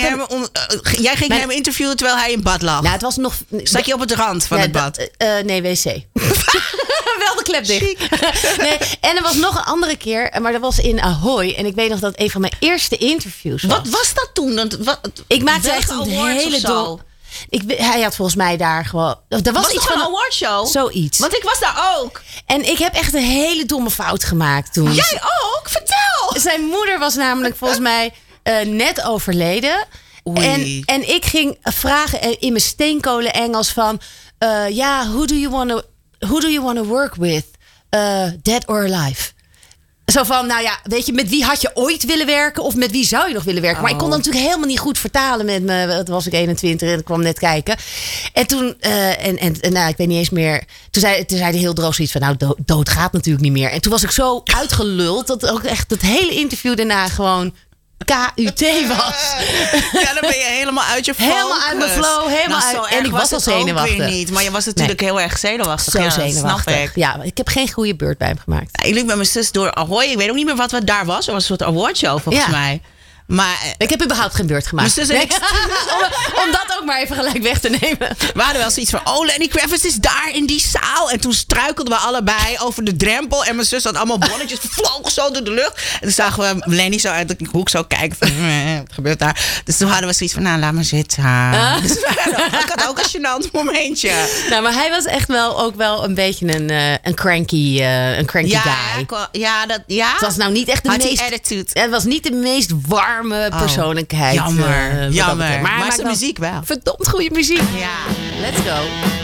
jij ging hem interviewen terwijl hij in bad lag. Nou, het was nog... Zat je op het rand van het bad? Nee, wc. Wel de klep dicht. Nee, en er was nog een andere keer, maar dat was in Ahoy. En ik weet nog dat een van mijn eerste interviews was. Wat was dat toen? Ik maakte echt een hele dom. Hij had volgens mij daar gewoon... Er was iets van een awardshow? Zoiets. Want ik was daar ook. En ik heb echt een hele domme fout gemaakt toen. Jij ook? Vertel! Zijn moeder was namelijk volgens mij net overleden. En ik ging vragen in mijn steenkolen Engels van... who do you want to work with? Dead or alive? Zo van, nou ja, weet je, met wie had je ooit willen werken? Of met wie zou je nog willen werken? Maar ik kon dat natuurlijk helemaal niet goed vertalen met me. Toen was ik 21 en ik kwam net kijken. En toen, nou, ik weet niet eens meer. Toen zei hij heel droog zoiets van, nou, dood gaat natuurlijk niet meer. En toen was ik zo uitgeluld dat ook echt het hele interview daarna gewoon... KUT was. Ja, dan ben je helemaal uit je focus. Helemaal uit mijn flow. Helemaal uit. En ik was al zenuwachtig. Weer niet, maar je was natuurlijk heel erg zenuwachtig. Zo zenuwachtig. Snap ik. Ja, ik heb geen goede beurt bij hem gemaakt. Ja, ik liep met mijn zus door Ahoy. Ik weet ook niet meer wat daar was. Er was een soort awardshow volgens mij. Maar ik heb überhaupt geen beurt gemaakt. Mijn zus en ik... om dat ook maar even gelijk weg te nemen. We hadden wel zoiets van... Lenny Kravitz is daar in die zaal. En toen struikelden we allebei over de drempel. En mijn zus had allemaal bonnetjes. Vloog zo door de lucht. En toen zagen we Lenny zo uit de hoek zo kijken. Van, wat gebeurt daar? Dus toen hadden we zoiets van... Nou, laat maar zitten. Dus ik had ook een gênant momentje. Nou, maar hij was echt ook wel een beetje een cranky guy. Het was nou niet echt de meest... attitude. Het was niet de meest warme persoonlijkheid. Jammer. Maar zijn muziek wel. Verdomd goede muziek. Ja. Let's go.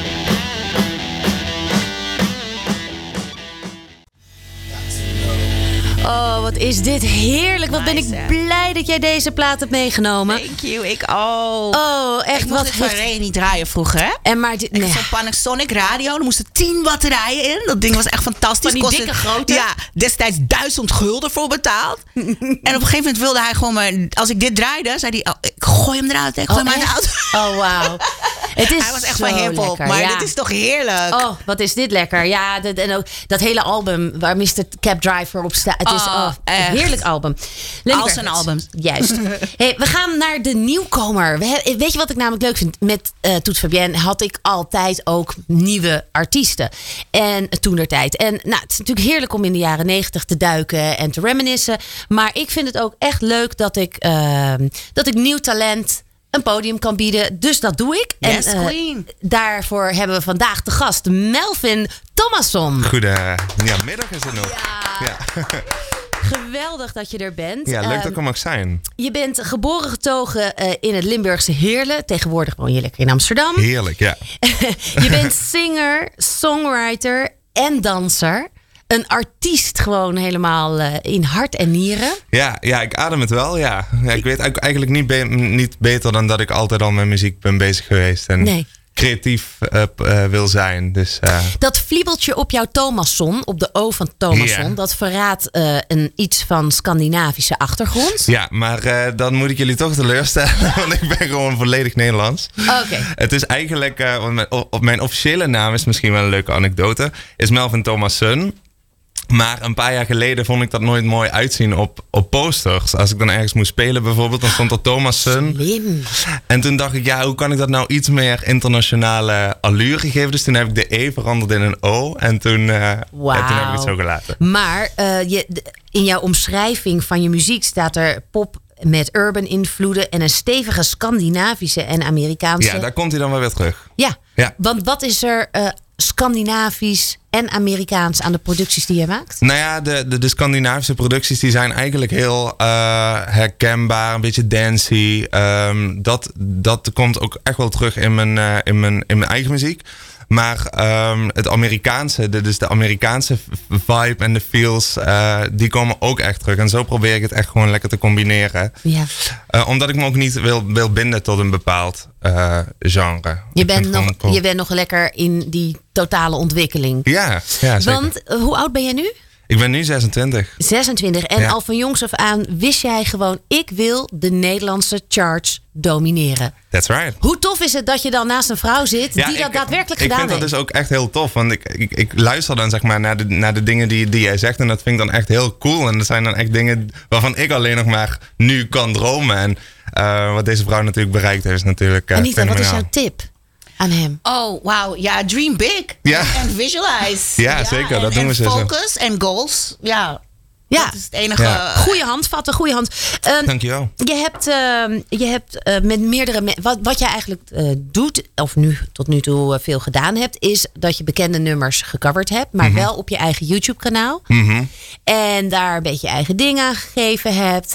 Oh, wat is dit heerlijk. Wat ben ik blij dat jij deze plaat hebt meegenomen. Thank you, ik ook. Oh, echt. Ik moest het van Ray niet draaien vroeger, hè? En maar zo'n Panasonic radio, er moesten 10 batterijen in. Dat ding was echt fantastisch. Van die dikke grote? Ja, destijds 1000 gulden voor betaald. En op een gegeven moment wilde hij gewoon... als ik dit draaide, zei hij... ik gooi hem eruit, ik gooi hem uit de auto. Oh, wauw. Het is Hij was echt zo van hip-hop, lekker, maar ja. dit is toch heerlijk? Oh, wat is dit lekker. Ja, en ook dat hele album waar Mr. Cab Driver op staat. Het is een echt. heerlijk album. Lenny Al zijn Kravitz. albums. Juist. Hey, we gaan naar de nieuwkomer. Weet je wat ik namelijk leuk vind? Met Toets Fabienne had ik altijd ook nieuwe artiesten. En toentertijd. En nou, het is natuurlijk heerlijk om in de jaren 90 te duiken en te reminiscen. Maar ik vind het ook echt leuk dat ik nieuw talent een podium kan bieden. Dus dat doe ik. Yes, en queen. daarvoor hebben we vandaag de gast Melvin Thomasson. Goedemiddag is het nog. Ja. Geweldig dat je er bent. Ja, leuk dat ik er mag zijn. Je bent geboren getogen in het Limburgse Heerlen. Tegenwoordig woon je lekker in Amsterdam. Heerlijk, ja. Je bent zinger, songwriter en danser. Een artiest gewoon helemaal in hart en nieren. Ja, ik adem het wel, ja. Ik weet eigenlijk niet beter dan dat ik altijd al met muziek ben bezig geweest. En creatief wil zijn. Dus, Dat vliebeltje op jouw Thomasson, op de O van Thomasson, Ja. dat verraadt iets van Scandinavische achtergrond. Ja, maar dan moet ik jullie toch teleurstellen. Want ik ben gewoon volledig Nederlands. Oké. Het is eigenlijk, mijn officiële naam is misschien wel een leuke anekdote. Is Melvin Thomasson. Maar een paar jaar geleden vond ik dat nooit mooi uitzien op posters. Als ik dan ergens moest spelen bijvoorbeeld, dan stond er Thomasson. Slim. En toen dacht ik, ja, hoe kan ik dat nou iets meer internationale allure geven? Dus toen heb ik de E veranderd in een O. En toen heb ik het zo gelaten. Maar in jouw omschrijving van je muziek staat er pop met urban invloeden en een stevige Scandinavische en Amerikaanse. Ja, daar komt hij dan wel weer terug. Ja, Ja. want wat is er Scandinavisch en Amerikaans aan de producties die je maakt? Nou ja, de Scandinavische producties die zijn eigenlijk heel herkenbaar, een beetje dancey. Dat komt ook echt wel terug in mijn eigen muziek. Maar het Amerikaanse, dus de Amerikaanse vibe en de feels, die komen ook echt terug. En zo probeer ik het echt gewoon lekker te combineren. Ja. Omdat ik me ook niet wil binden tot een bepaald genre. Je bent nog lekker in die totale ontwikkeling. Ja, zeker. Want hoe oud ben jij nu? Ik ben nu 26. 26. En al van jongs af aan wist jij gewoon, ik wil de Nederlandse charts domineren. That's right. Hoe tof is het dat je dan naast een vrouw zit die dat daadwerkelijk gedaan heeft? Ik vind dat dus ook echt heel tof. Want ik luister dan zeg maar naar de dingen die jij zegt. En dat vind ik dan echt heel cool. En dat zijn dan echt dingen waarvan ik alleen nog maar nu kan dromen. En wat deze vrouw natuurlijk bereikt heeft is natuurlijk Anita, wat is fenomenaal. jouw tip aan hem? Oh, wauw. Ja, dream big. Ja. En visualize. Ja, zeker. Dat doen we zo. Focus en goals. Ja. Ja. Dat is het enige. Ja. Goeie handvatten, goede hand. Dankjewel. Je hebt met meerdere wat jij eigenlijk doet, of tot nu toe veel gedaan hebt, is dat je bekende nummers gecoverd hebt, maar wel op je eigen YouTube-kanaal. Mhm. En daar een beetje je eigen dingen aan gegeven hebt.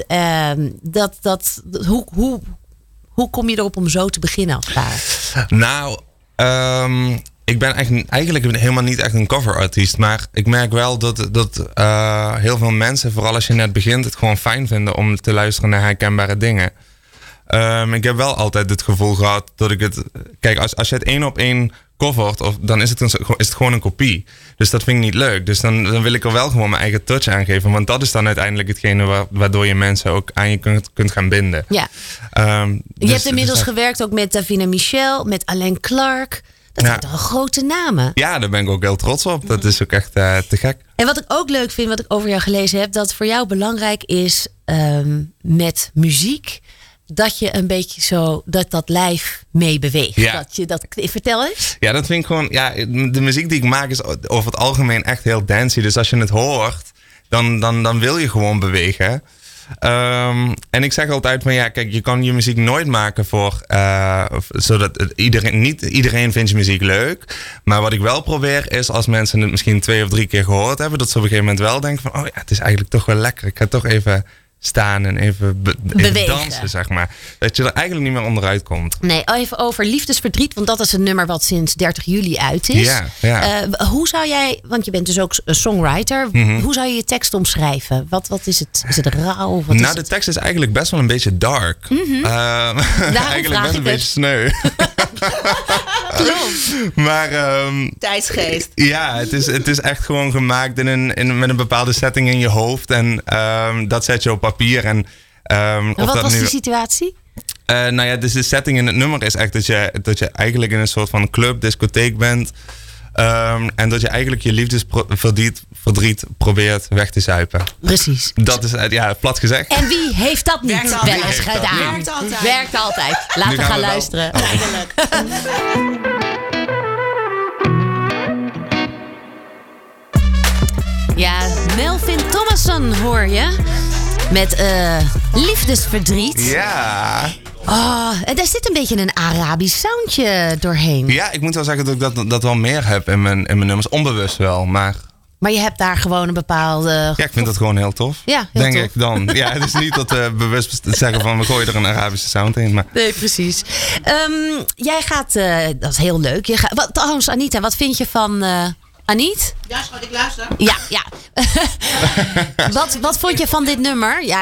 Hoe kom je erop om zo te beginnen als het ware? Nou, ik ben eigenlijk helemaal niet echt een coverartiest. Maar ik merk wel dat heel veel mensen, vooral als je net begint, het gewoon fijn vinden om te luisteren naar herkenbare dingen. Ik heb wel altijd het gevoel gehad dat ik het... Kijk, als je het 1 op 1 covert, dan is het gewoon een kopie. Dus dat vind ik niet leuk. Dus dan wil ik er wel gewoon mijn eigen touch aan geven. Want dat is dan uiteindelijk hetgene waardoor je mensen ook aan je kunt gaan binden. Ja. Je hebt inmiddels gewerkt ook met Davina Michel, met Alain Clark. Dat zijn toch wel grote namen. Ja, daar ben ik ook heel trots op. Dat is ook echt te gek. En wat ik ook leuk vind, wat ik over jou gelezen heb, dat voor jou belangrijk is met muziek, dat je een beetje zo, dat lijf meebeweegt. Ja. Vertel eens. Ja, dat vind ik gewoon, de muziek die ik maak is over het algemeen echt heel dancey. Dus als je het hoort, dan wil je gewoon bewegen. En ik zeg altijd van kijk, je kan je muziek nooit maken voor zodat niet iedereen vindt je muziek leuk. Maar wat ik wel probeer is, als mensen het misschien 2 of 3 keer gehoord hebben, dat ze op een gegeven moment wel denken van, het is eigenlijk toch wel lekker. Ik ga toch even staan en even dansen, zeg maar. Dat je er eigenlijk niet meer onderuit komt. Nee, even over liefdesverdriet, want dat is een nummer wat sinds 30 juli uit is. Ja. Hoe zou jij, want je bent dus ook een songwriter, hoe zou je je tekst omschrijven? Wat is het? Is het rauw? De tekst is eigenlijk best wel een beetje dark. Eigenlijk best een beetje sneu. Maar tijdsgeest. Ja, het is echt gewoon gemaakt met een bepaalde setting in je hoofd. En dat zet je op papier. En wat was die situatie? Nou ja, dus de setting in het nummer is echt dat je eigenlijk in een soort van club, discotheek bent. En dat je eigenlijk je liefdesverdriet probeert weg te zuipen. Precies. Dat is plat gezegd. En wie heeft dat niet Werkt wel altijd. eens gedaan? Werkt altijd. Werkt altijd. Laten Nu we gaan gaan we wel. luisteren. Eindelijk. Ja, Melvin Thomason hoor je. Met liefdesverdriet. Ja. Oh, en daar zit een beetje een Arabisch soundje doorheen. Ja, ik moet wel zeggen dat ik dat wel meer heb in mijn nummers. Onbewust wel, maar... Maar je hebt daar gewoon een bepaalde... Ja, ik vind dat gewoon heel tof. Ja, heel denk tof. ik dan. Ja, het is niet dat we bewust zeggen van we gooien er een Arabische sound in. Maar... Nee, precies. Jij gaat... dat is heel leuk. Trouwens, Anita, wat vind je van... Aniet? Ja, schat, ik luister. Ja. Wat vond je van dit nummer? Ja,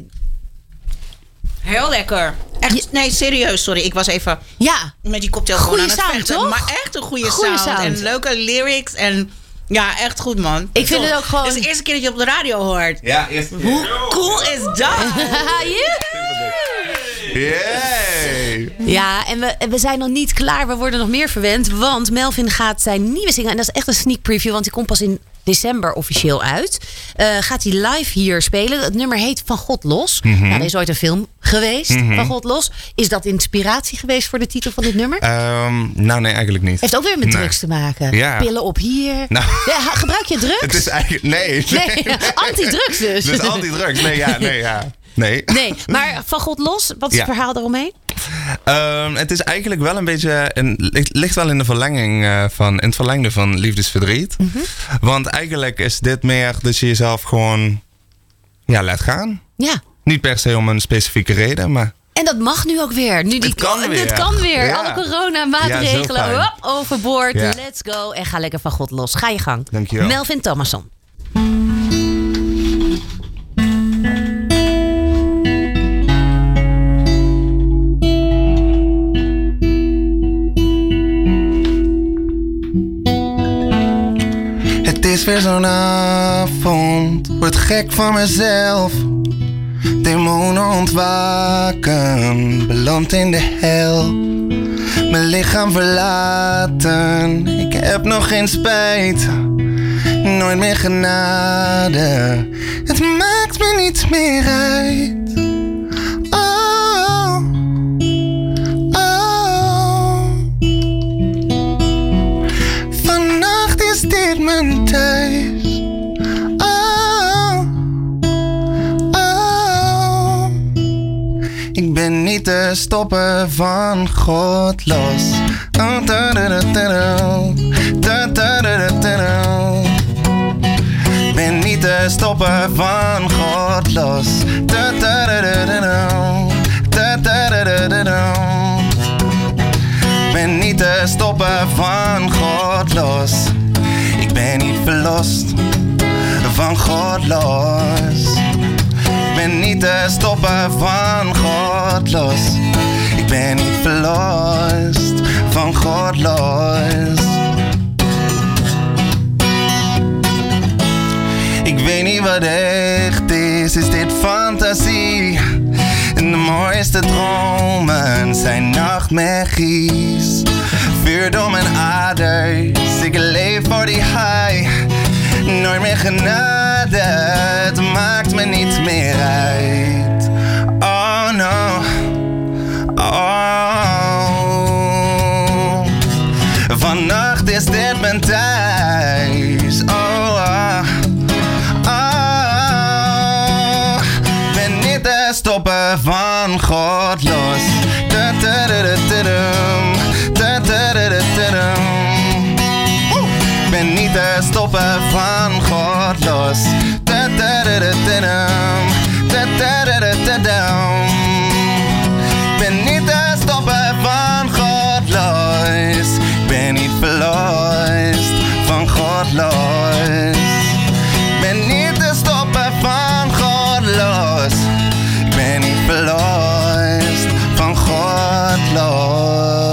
Heel lekker. Echt, nee, serieus, sorry. Ik was even met die cocktail gewoon Goeie aan het sound, vechten. toch? Maar echt een goede Goeie sound. sound. En leuke lyrics. En ja, echt goed, man. Ik vind Toch. het ook gewoon... Het is de eerste keer dat je op de radio hoort. Ja, eerst. Hoe cool is dat? Yay! Ja, en we zijn nog niet klaar. We worden nog meer verwend. Want Melvin gaat zijn nieuwe single... en dat is echt een sneak preview... want die komt pas in december officieel uit. Gaat hij live hier spelen. Het nummer heet Van God Los. Nou, er is ooit een film geweest, Van God Los. Is dat inspiratie geweest voor de titel van dit nummer? Nou, nee, eigenlijk niet. Heeft ook weer met drugs te maken. Ja. Pillen op hier. Nou. Ja, gebruik je drugs? Het is eigenlijk... Nee. Nee, anti-drugs dus. Dus anti-drugs. Nee. Nee, maar Van God Los, wat is het verhaal daaromheen? Het is eigenlijk wel een beetje... ligt wel in de verlenging in het verlengde van liefdesverdriet. Want eigenlijk is dit meer dat je jezelf gewoon laat gaan. Ja. Niet per se om een specifieke reden, maar... En dat mag nu ook weer. Nu Het kan weer. Het kan weer. Ja. Alle coronamaatregelen. Ja, zo fijn. Hop, overboord. Ja. Let's go. En ga lekker Van God Los. Ga je gang. Dankjewel. Melvin Thomason. Het is weer zo'n avond, word gek van mezelf. Demonen ontwaken, beland in de hel. Mijn lichaam verlaten, ik heb nog geen spijt. Nooit meer genade, het maakt me niets meer uit. Oh, oh. Vannacht is dit mijn thuis. Oh, oh. Ik ben niet te stoppen van God los. Oh, da da da da da da da da da. Ben niet te stoppen van God los. Da da da da da da da da da da da. Ben niet te stoppen van God los. Ik ben niet verlost van God los. Ben niet te stoppen van God los. Ik ben niet verlost van God los. Ik weet niet wat echt is dit fantasie? En de mooiste dromen zijn nachtmerries. Vuur door mijn aders, ik leef voor die high. Nooit meer genade, het maakt me niets meer uit. Oh no, oh. Vannacht is dit mijn thuis. Oh, oh. Ben niet te stoppen van God los. Ben niet te stoppen van God los. Ben niet te stoppen van God los. Ben niet verlost van God los. Ben niet te stoppen van God los. Ben niet verlost van God los.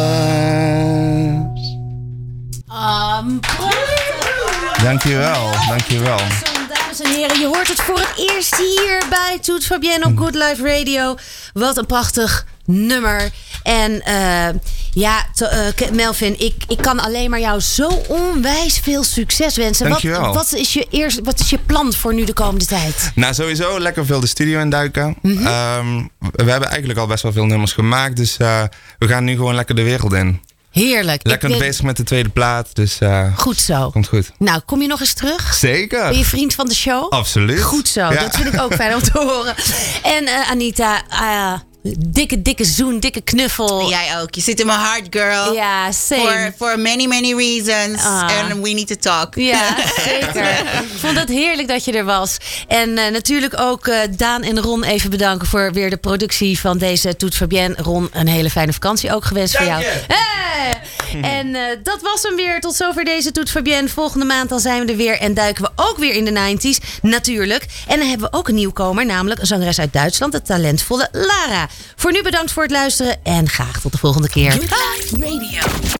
Dankjewel. Dames en heren, je hoort het voor het eerst hier bij Toet Fabienne op Good Life Radio. Wat een prachtig nummer. En Melvin, ik kan alleen maar jou zo onwijs veel succes wensen. Dankjewel. Wat is je plan voor nu de komende tijd? Nou, sowieso lekker veel de studio induiken. We hebben eigenlijk al best wel veel nummers gemaakt. Dus we gaan nu gewoon lekker de wereld in. Heerlijk. Lekker bezig met de tweede plaat. Dus goed zo. Komt goed. Nou, kom je nog eens terug? Zeker. Ben je vriend van de show? Absoluut. Goed zo. Ja. Dat vind ik ook fijn om te horen. En Anita, dikke zoen, dikke knuffel. Jij ook. Je zit in mijn heart, girl. Ja, same. For many, many reasons. And we need to talk. Ja, zeker. Ik vond het heerlijk dat je er was. En natuurlijk ook Daan en Ron even bedanken voor weer de productie van deze Toet Fabienne. Ron, een hele fijne vakantie ook gewenst voor jou. Hey! En dat was hem weer. Tot zover deze Toet Fabienne. Volgende maand dan zijn we er weer en duiken we ook weer in de 90s. Natuurlijk. En dan hebben we ook een nieuwkomer, namelijk een zangeres uit Duitsland, de talentvolle Lara. Voor nu bedankt voor het luisteren en graag tot de volgende keer. Good Life Radio.